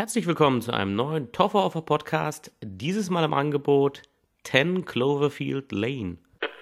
Herzlich willkommen zu einem neuen Toffer Podcast. Dieses Mal im Angebot 10 Cloverfield Lane.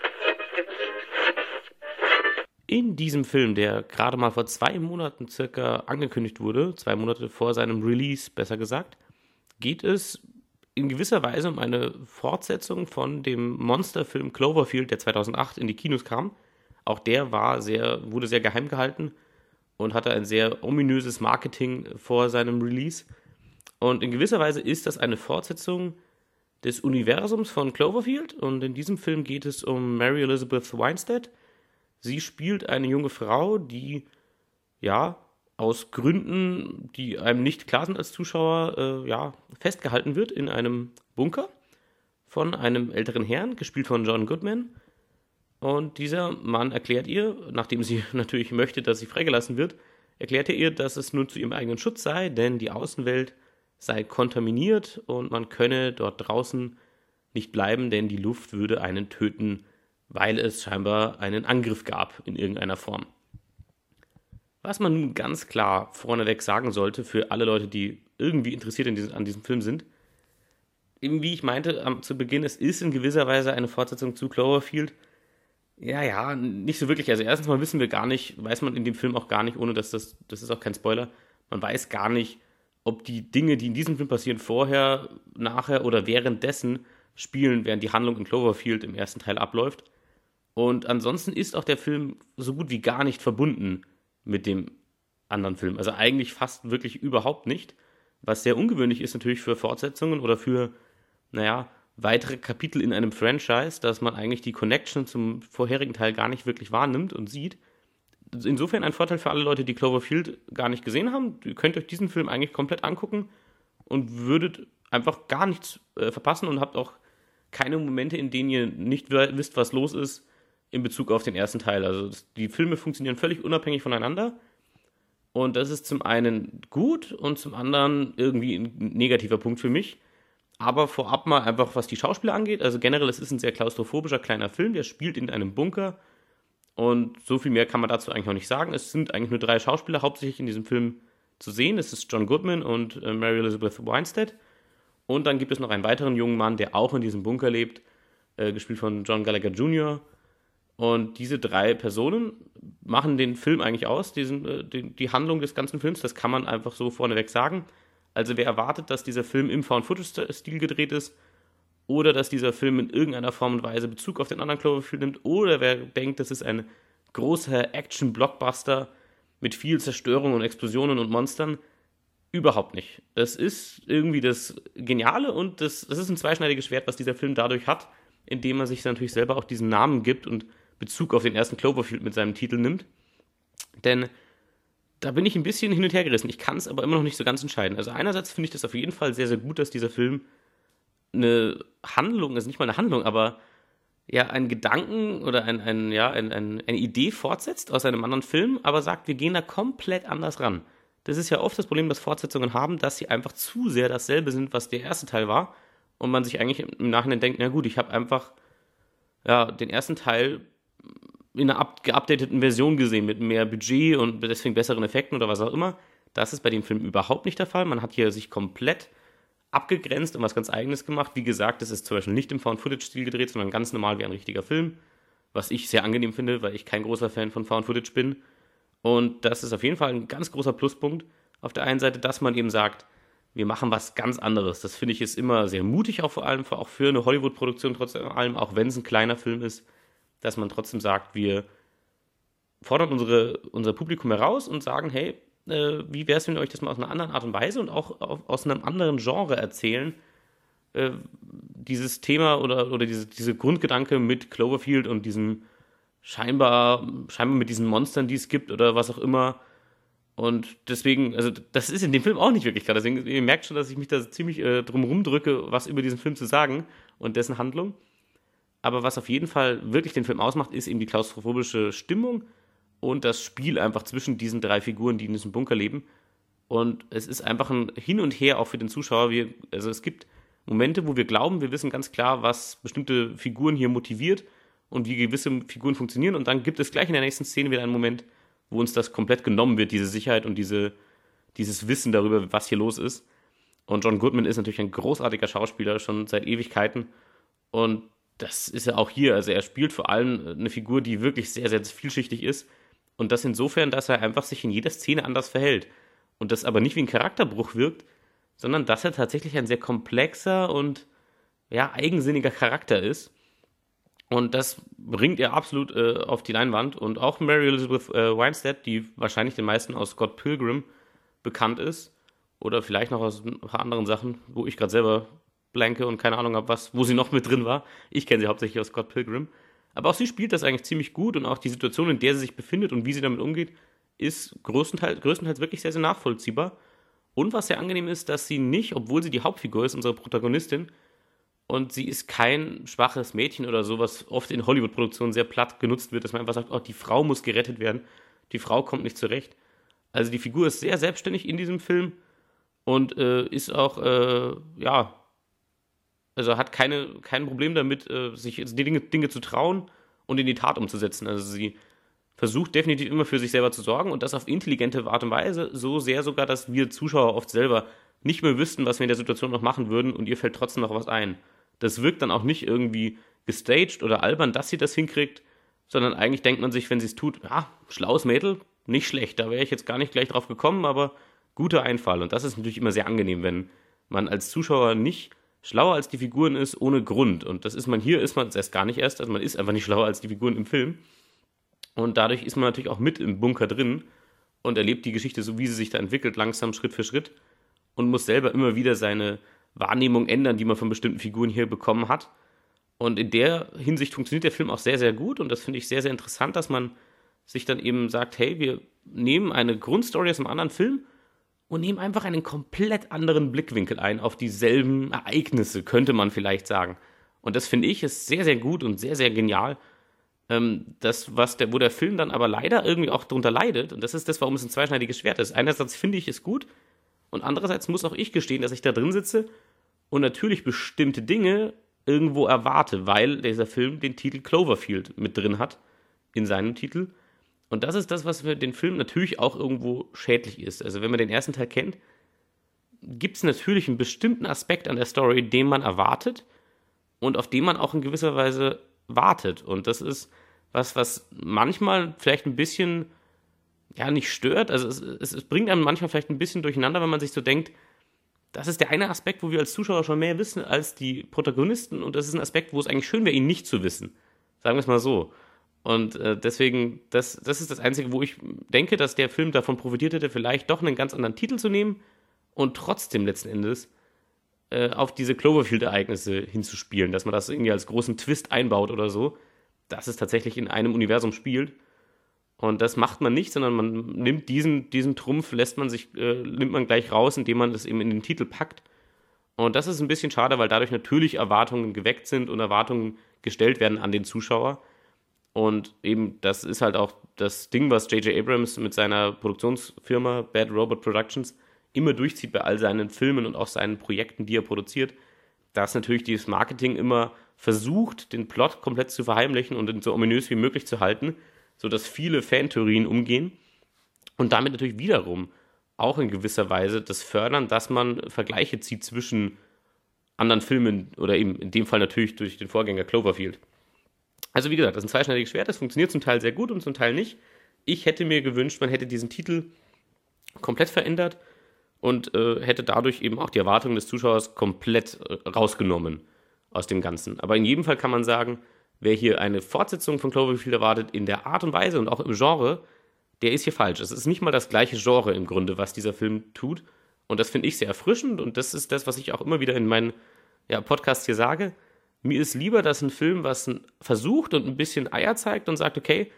In diesem Film, der gerade mal vor 2 Monaten circa angekündigt wurde, 2 Monate vor seinem Release, besser gesagt, geht es in gewisser Weise um eine Fortsetzung von dem Monsterfilm Cloverfield, der 2008 in die Kinos kam. Auch der wurde sehr geheim gehalten und hatte ein sehr ominöses Marketing vor seinem Release. Und in gewisser Weise ist das eine Fortsetzung des Universums von Cloverfield. Und in diesem Film geht es um Mary Elizabeth Winstead. Sie spielt eine junge Frau, die, ja, aus Gründen, die einem nicht klar sind als Zuschauer, festgehalten wird in einem Bunker von einem älteren Herrn, gespielt von John Goodman. Und dieser Mann erklärt ihr, nachdem sie natürlich möchte, dass sie freigelassen wird, erklärt er ihr, dass es nur zu ihrem eigenen Schutz sei, denn die Außenwelt sei kontaminiert und man könne dort draußen nicht bleiben, denn die Luft würde einen töten, weil es scheinbar einen Angriff gab in irgendeiner Form. Was man nun ganz klar vorneweg sagen sollte für alle Leute, die irgendwie interessiert an diesem Film sind, eben wie ich meinte zu Beginn, es ist in gewisser Weise eine Fortsetzung zu Cloverfield. Ja, nicht so wirklich. Also erstens mal weiß man in dem Film auch gar nicht, ohne dass das ist auch kein Spoiler, man weiß gar nicht, ob die Dinge, die in diesem Film passieren, vorher, nachher oder währenddessen spielen, während die Handlung in Cloverfield im ersten Teil abläuft. Und ansonsten ist auch der Film so gut wie gar nicht verbunden mit dem anderen Film. Also eigentlich fast wirklich überhaupt nicht, was sehr ungewöhnlich ist natürlich für Fortsetzungen oder für, weitere Kapitel in einem Franchise, dass man eigentlich die Connection zum vorherigen Teil gar nicht wirklich wahrnimmt und sieht. Insofern ein Vorteil für alle Leute, die Cloverfield gar nicht gesehen haben. Ihr könnt euch diesen Film eigentlich komplett angucken und würdet einfach gar nichts verpassen und habt auch keine Momente, in denen ihr nicht wisst, was los ist in Bezug auf den ersten Teil. Also die Filme funktionieren völlig unabhängig voneinander und das ist zum einen gut und zum anderen irgendwie ein negativer Punkt für mich. Aber vorab mal einfach, was die Schauspieler angeht. Also generell, es ist ein sehr klaustrophobischer kleiner Film, der spielt in einem Bunker. Und so viel mehr kann man dazu eigentlich auch nicht sagen. Es sind eigentlich nur 3 Schauspieler hauptsächlich in diesem Film zu sehen. Es ist John Goodman und Mary Elizabeth Winstead. Und dann gibt es noch einen weiteren jungen Mann, der auch in diesem Bunker lebt, gespielt von John Gallagher Jr. Und diese 3 Personen machen den Film eigentlich aus, die Handlung des ganzen Films. Das kann man einfach so vorneweg sagen. Also wer erwartet, dass dieser Film im Found-Footage-Stil gedreht ist, oder dass dieser Film in irgendeiner Form und Weise Bezug auf den anderen Cloverfield nimmt, oder wer denkt, das ist ein großer Action-Blockbuster mit viel Zerstörung und Explosionen und Monstern, überhaupt nicht. Das ist irgendwie das Geniale und das ist ein zweischneidiges Schwert, was dieser Film dadurch hat, indem er sich natürlich selber auch diesen Namen gibt und Bezug auf den ersten Cloverfield mit seinem Titel nimmt. Denn da bin ich ein bisschen hin und her gerissen. Ich kann es aber immer noch nicht so ganz entscheiden. Also einerseits finde ich das auf jeden Fall sehr, sehr gut, dass dieser Film eine Handlung, also nicht mal eine Handlung, aber ja, einen Gedanken oder eine Idee fortsetzt aus einem anderen Film, aber sagt, wir gehen da komplett anders ran. Das ist ja oft das Problem, das Fortsetzungen haben, dass sie einfach zu sehr dasselbe sind, was der erste Teil war und man sich eigentlich im Nachhinein denkt, na gut, ich habe einfach den ersten Teil in einer geupdateten Version gesehen, mit mehr Budget und deswegen besseren Effekten oder was auch immer. Das ist bei dem Film überhaupt nicht der Fall. Man hat hier sich komplett abgegrenzt und was ganz Eigenes gemacht. Wie gesagt, das ist zum Beispiel nicht im Found-Footage-Stil gedreht, sondern ganz normal wie ein richtiger Film, was ich sehr angenehm finde, weil ich kein großer Fan von Found-Footage bin. Und das ist auf jeden Fall ein ganz großer Pluspunkt. Auf der einen Seite, dass man eben sagt, wir machen was ganz anderes. Das finde ich ist immer sehr mutig, auch vor allem auch für eine Hollywood-Produktion, trotz allem, auch wenn es ein kleiner Film ist, dass man trotzdem sagt, wir fordern unser Publikum heraus und sagen, hey, wie wäre es, wenn wir euch das mal aus einer anderen Art und Weise und auch aus einem anderen Genre erzählen, dieses Thema oder diese Grundgedanke mit Cloverfield und diesem scheinbar mit diesen Monstern, die es gibt oder was auch immer. Und deswegen, also das ist in dem Film auch nicht wirklich klar. Deswegen, ihr merkt schon, dass ich mich da ziemlich drum rumdrücke, was über diesen Film zu sagen und dessen Handlung. Aber was auf jeden Fall wirklich den Film ausmacht, ist eben die klaustrophobische Stimmung und das Spiel einfach zwischen diesen 3 Figuren, die in diesem Bunker leben. Und es ist einfach ein Hin und Her auch für den Zuschauer. Also es gibt Momente, wo wir glauben, wir wissen ganz klar, was bestimmte Figuren hier motiviert und wie gewisse Figuren funktionieren. Und dann gibt es gleich in der nächsten Szene wieder einen Moment, wo uns das komplett genommen wird, diese Sicherheit und dieses Wissen darüber, was hier los ist. Und John Goodman ist natürlich ein großartiger Schauspieler, schon seit Ewigkeiten. Und das ist er auch hier. Also er spielt vor allem eine Figur, die wirklich sehr, sehr vielschichtig ist. Und das insofern, dass er einfach sich in jeder Szene anders verhält. Und das aber nicht wie ein Charakterbruch wirkt, sondern dass er tatsächlich ein sehr komplexer und ja, eigensinniger Charakter ist. Und das bringt er absolut auf die Leinwand. Und auch Mary Elizabeth Winstead, die wahrscheinlich den meisten aus Scott Pilgrim bekannt ist, oder vielleicht noch aus ein paar anderen Sachen, wo ich gerade selber blanke und keine Ahnung habe, wo sie noch mit drin war. Ich kenne sie hauptsächlich aus Scott Pilgrim. Aber auch sie spielt das eigentlich ziemlich gut und auch die Situation, in der sie sich befindet und wie sie damit umgeht, ist größtenteils wirklich sehr, sehr nachvollziehbar. Und was sehr angenehm ist, dass sie nicht, obwohl sie die Hauptfigur ist, unsere Protagonistin, und sie ist kein schwaches Mädchen oder so, was oft in Hollywood-Produktionen sehr platt genutzt wird, dass man einfach sagt, oh, die Frau muss gerettet werden, die Frau kommt nicht zurecht. Also die Figur ist sehr selbstständig in diesem Film und ist auch, ja, also hat kein Problem damit, sich die Dinge zu trauen und in die Tat umzusetzen. Also sie versucht definitiv immer für sich selber zu sorgen und das auf intelligente Art und Weise, so sehr sogar, dass wir Zuschauer oft selber nicht mehr wüssten, was wir in der Situation noch machen würden und ihr fällt trotzdem noch was ein. Das wirkt dann auch nicht irgendwie gestaged oder albern, dass sie das hinkriegt, sondern eigentlich denkt man sich, wenn sie es tut, ja, schlaues Mädel, nicht schlecht, da wäre ich jetzt gar nicht gleich drauf gekommen, aber guter Einfall. Und das ist natürlich immer sehr angenehm, wenn man als Zuschauer nicht schlauer als die Figuren ist, ohne Grund. Und das ist man hier, ist man es erst gar nicht erst, also man ist einfach nicht schlauer als die Figuren im Film. Und dadurch ist man natürlich auch mit im Bunker drin und erlebt die Geschichte so, wie sie sich da entwickelt, langsam Schritt für Schritt und muss selber immer wieder seine Wahrnehmung ändern, die man von bestimmten Figuren hier bekommen hat. Und in der Hinsicht funktioniert der Film auch sehr, sehr gut und das finde ich sehr, sehr interessant, dass man sich dann eben sagt, hey, wir nehmen eine Grundstory aus einem anderen Film und nehmen einfach einen komplett anderen Blickwinkel ein auf dieselben Ereignisse, könnte man vielleicht sagen. Und das finde ich ist sehr, sehr gut und sehr, sehr genial. Wo der Film dann aber leider irgendwie auch drunter leidet, und das ist das, warum es ein zweischneidiges Schwert ist. Einerseits finde ich es gut und andererseits muss auch ich gestehen, dass ich da drin sitze und natürlich bestimmte Dinge irgendwo erwarte, weil dieser Film den Titel Cloverfield mit drin hat, in seinem Titel. Und das ist das, was für den Film natürlich auch irgendwo schädlich ist. Also wenn man den ersten Teil kennt, gibt es natürlich einen bestimmten Aspekt an der Story, den man erwartet und auf den man auch in gewisser Weise wartet. Und das ist was manchmal vielleicht ein bisschen, ja, nicht stört. Also es bringt einem manchmal vielleicht ein bisschen durcheinander, wenn man sich so denkt, das ist der eine Aspekt, wo wir als Zuschauer schon mehr wissen als die Protagonisten und das ist ein Aspekt, wo es eigentlich schön wäre, ihn nicht zu wissen. Sagen wir es mal so. Und deswegen, das ist das Einzige, wo ich denke, dass der Film davon profitiert hätte, vielleicht doch einen ganz anderen Titel zu nehmen und trotzdem letzten Endes auf diese Cloverfield-Ereignisse hinzuspielen, dass man das irgendwie als großen Twist einbaut oder so, dass es tatsächlich in einem Universum spielt. Und das macht man nicht, sondern man nimmt diesen Trumpf, nimmt man gleich raus, indem man das eben in den Titel packt. Und das ist ein bisschen schade, weil dadurch natürlich Erwartungen geweckt sind und Erwartungen gestellt werden an den Zuschauer. Und eben, das ist halt auch das Ding, was J.J. Abrams mit seiner Produktionsfirma Bad Robot Productions immer durchzieht bei all seinen Filmen und auch seinen Projekten, die er produziert, dass natürlich dieses Marketing immer versucht, den Plot komplett zu verheimlichen und so ominös wie möglich zu halten, sodass viele Fantheorien umgehen und damit natürlich wiederum auch in gewisser Weise das fördern, dass man Vergleiche zieht zwischen anderen Filmen oder eben in dem Fall natürlich durch den Vorgänger Cloverfield. Also wie gesagt, das ist ein zweischneidiges Schwert, das funktioniert zum Teil sehr gut und zum Teil nicht. Ich hätte mir gewünscht, man hätte diesen Titel komplett verändert und hätte dadurch eben auch die Erwartungen des Zuschauers komplett rausgenommen aus dem Ganzen. Aber in jedem Fall kann man sagen, wer hier eine Fortsetzung von Cloverfield erwartet, in der Art und Weise und auch im Genre, der ist hier falsch. Es ist nicht mal das gleiche Genre im Grunde, was dieser Film tut. Und das finde ich sehr erfrischend und das ist das, was ich auch immer wieder in meinen Podcasts hier sage. Mir ist lieber, dass ein Film was versucht und ein bisschen Eier zeigt und sagt, okay,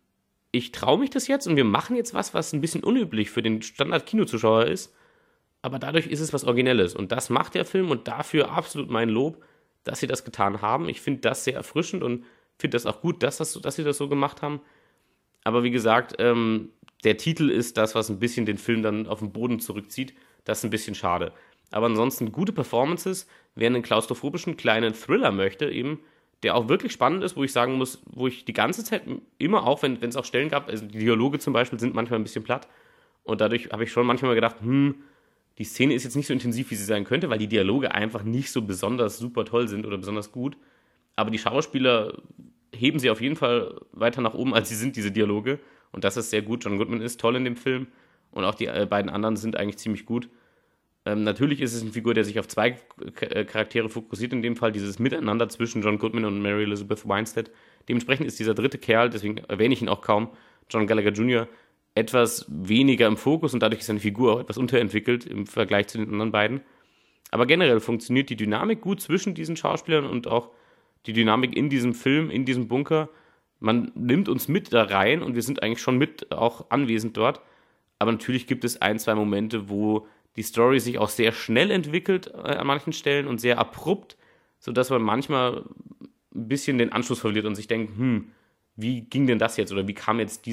ich traue mich das jetzt und wir machen jetzt was ein bisschen unüblich für den Standard-Kinozuschauer ist, aber dadurch ist es was Originelles und das macht der Film und dafür absolut mein Lob, dass sie das getan haben. Ich finde das sehr erfrischend und finde das auch gut, dass sie das so gemacht haben. Aber wie gesagt, der Titel ist das, was ein bisschen den Film dann auf den Boden zurückzieht. Das ist ein bisschen schade. Aber ansonsten gute Performances. Wer einen klaustrophobischen kleinen Thriller möchte, eben, der auch wirklich spannend ist, wo ich sagen muss, wo ich die ganze Zeit immer auch, wenn es auch Stellen gab, also die Dialoge zum Beispiel sind manchmal ein bisschen platt und dadurch habe ich schon manchmal gedacht, Die Szene ist jetzt nicht so intensiv, wie sie sein könnte, weil die Dialoge einfach nicht so besonders super toll sind oder besonders gut. Aber die Schauspieler heben sie auf jeden Fall weiter nach oben, als sie sind, diese Dialoge. Und das ist sehr gut. John Goodman ist toll in dem Film. Und auch die beiden anderen sind eigentlich ziemlich gut. Natürlich ist es eine Figur, der sich auf zwei Charaktere fokussiert, in dem Fall dieses Miteinander zwischen John Goodman und Mary Elizabeth Winstead. Dementsprechend ist dieser dritte Kerl, deswegen erwähne ich ihn auch kaum, John Gallagher Jr., etwas weniger im Fokus und dadurch ist seine Figur auch etwas unterentwickelt im Vergleich zu den anderen beiden. Aber generell funktioniert die Dynamik gut zwischen diesen Schauspielern und auch die Dynamik in diesem Film, in diesem Bunker. Man nimmt uns mit da rein und wir sind eigentlich schon mit auch anwesend dort. Aber natürlich gibt es ein, zwei Momente, wo die Story sich auch sehr schnell entwickelt an manchen Stellen und sehr abrupt, sodass man manchmal ein bisschen den Anschluss verliert und sich denkt, wie ging denn das jetzt oder wie kam jetzt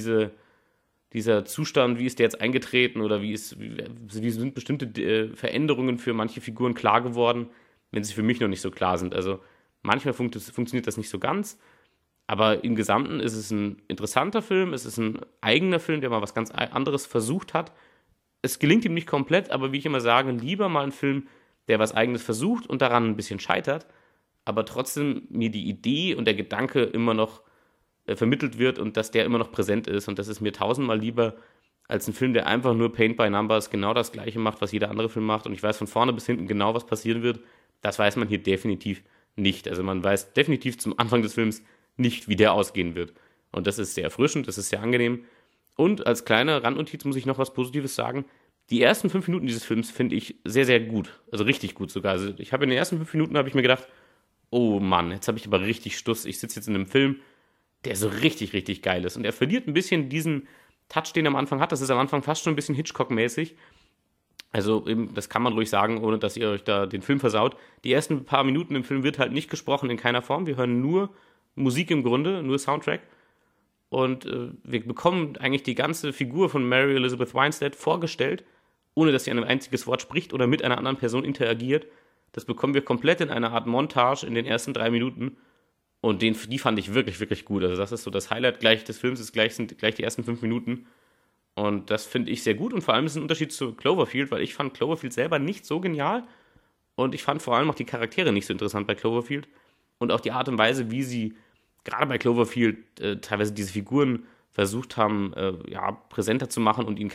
dieser Zustand, wie ist der jetzt eingetreten oder wie sind bestimmte Veränderungen für manche Figuren klar geworden, wenn sie für mich noch nicht so klar sind. Also manchmal funktioniert das nicht so ganz, aber im Gesamten ist es ein interessanter Film, es ist ein eigener Film, der mal was ganz anderes versucht hat. Es gelingt ihm nicht komplett, aber wie ich immer sage, lieber mal ein Film, der was Eigenes versucht und daran ein bisschen scheitert, aber trotzdem mir die Idee und der Gedanke immer noch vermittelt wird und dass der immer noch präsent ist. Und das ist mir tausendmal lieber als ein Film, der einfach nur Paint by Numbers genau das Gleiche macht, was jeder andere Film macht. Und ich weiß von vorne bis hinten genau, was passieren wird. Das weiß man hier definitiv nicht. Also man weiß definitiv zum Anfang des Films nicht, wie der ausgehen wird. Und das ist sehr erfrischend, das ist sehr angenehm. Und als kleine Randnotiz muss ich noch was Positives sagen. Die ersten 5 Minuten dieses Films finde ich sehr, sehr gut. Also richtig gut sogar. Also ich habe in den ersten 5 Minuten habe ich mir gedacht, oh Mann, jetzt habe ich aber richtig Stuss. Ich sitze jetzt in einem Film, der so richtig, richtig geil ist. Und er verliert ein bisschen diesen Touch, den er am Anfang hat. Das ist am Anfang fast schon ein bisschen Hitchcock-mäßig. Also eben, das kann man ruhig sagen, ohne dass ihr euch da den Film versaut. Die ersten paar Minuten im Film wird halt nicht gesprochen in keiner Form. Wir hören nur Musik im Grunde, nur Soundtrack. Und wir bekommen eigentlich die ganze Figur von Mary Elizabeth Winstead vorgestellt, ohne dass sie ein einziges Wort spricht oder mit einer anderen Person interagiert. Das bekommen wir komplett in einer Art Montage in den ersten 3 Minuten. Und die fand ich wirklich, wirklich gut. Also das ist so das Highlight gleich des Films, sind gleich die ersten 5 Minuten. Und das finde ich sehr gut. Und vor allem ist es ein Unterschied zu Cloverfield, weil ich fand Cloverfield selber nicht so genial. Und ich fand vor allem auch die Charaktere nicht so interessant bei Cloverfield. Und auch die Art und Weise, wie sie gerade bei Cloverfield teilweise diese Figuren versucht haben, präsenter zu machen und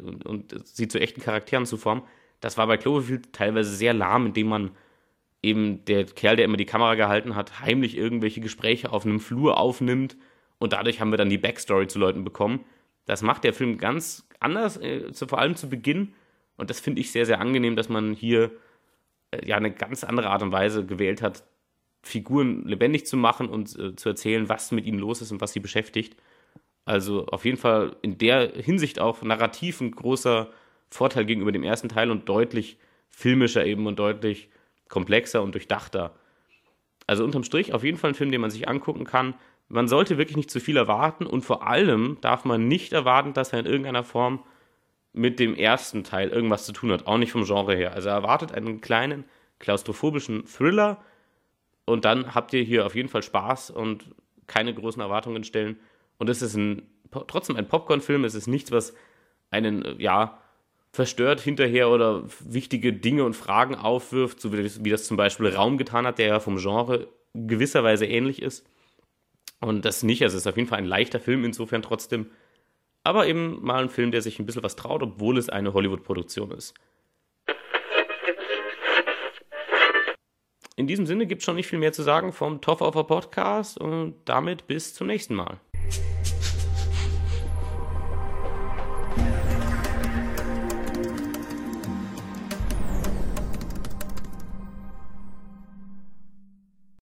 sie zu echten Charakteren zu formen. Das war bei Cloverfield teilweise sehr lahm, indem man eben der Kerl, der immer die Kamera gehalten hat, heimlich irgendwelche Gespräche auf einem Flur aufnimmt und dadurch haben wir dann die Backstory zu Leuten bekommen. Das macht der Film ganz anders, vor allem zu Beginn und das finde ich sehr, sehr angenehm, dass man hier eine ganz andere Art und Weise gewählt hat, Figuren lebendig zu machen und zu erzählen, was mit ihnen los ist und was sie beschäftigt. Also auf jeden Fall in der Hinsicht auch narrativ ein großer Vorteil gegenüber dem ersten Teil und deutlich filmischer eben und deutlich komplexer und durchdachter. Also unterm Strich auf jeden Fall ein Film, den man sich angucken kann. Man sollte wirklich nicht zu viel erwarten und vor allem darf man nicht erwarten, dass er in irgendeiner Form mit dem ersten Teil irgendwas zu tun hat, auch nicht vom Genre her. Also erwartet einen kleinen klaustrophobischen Thriller und dann habt ihr hier auf jeden Fall Spaß und keine großen Erwartungen stellen. Und es ist trotzdem ein Popcorn-Film, es ist nichts, was einen, verstört hinterher oder wichtige Dinge und Fragen aufwirft, so wie das zum Beispiel Raum getan hat, der ja vom Genre gewisserweise ähnlich ist. Und das nicht, also es ist auf jeden Fall ein leichter Film insofern trotzdem, aber eben mal ein Film, der sich ein bisschen was traut, obwohl es eine Hollywood-Produktion ist. In diesem Sinne gibt es schon nicht viel mehr zu sagen vom Toffer Podcast und damit bis zum nächsten Mal.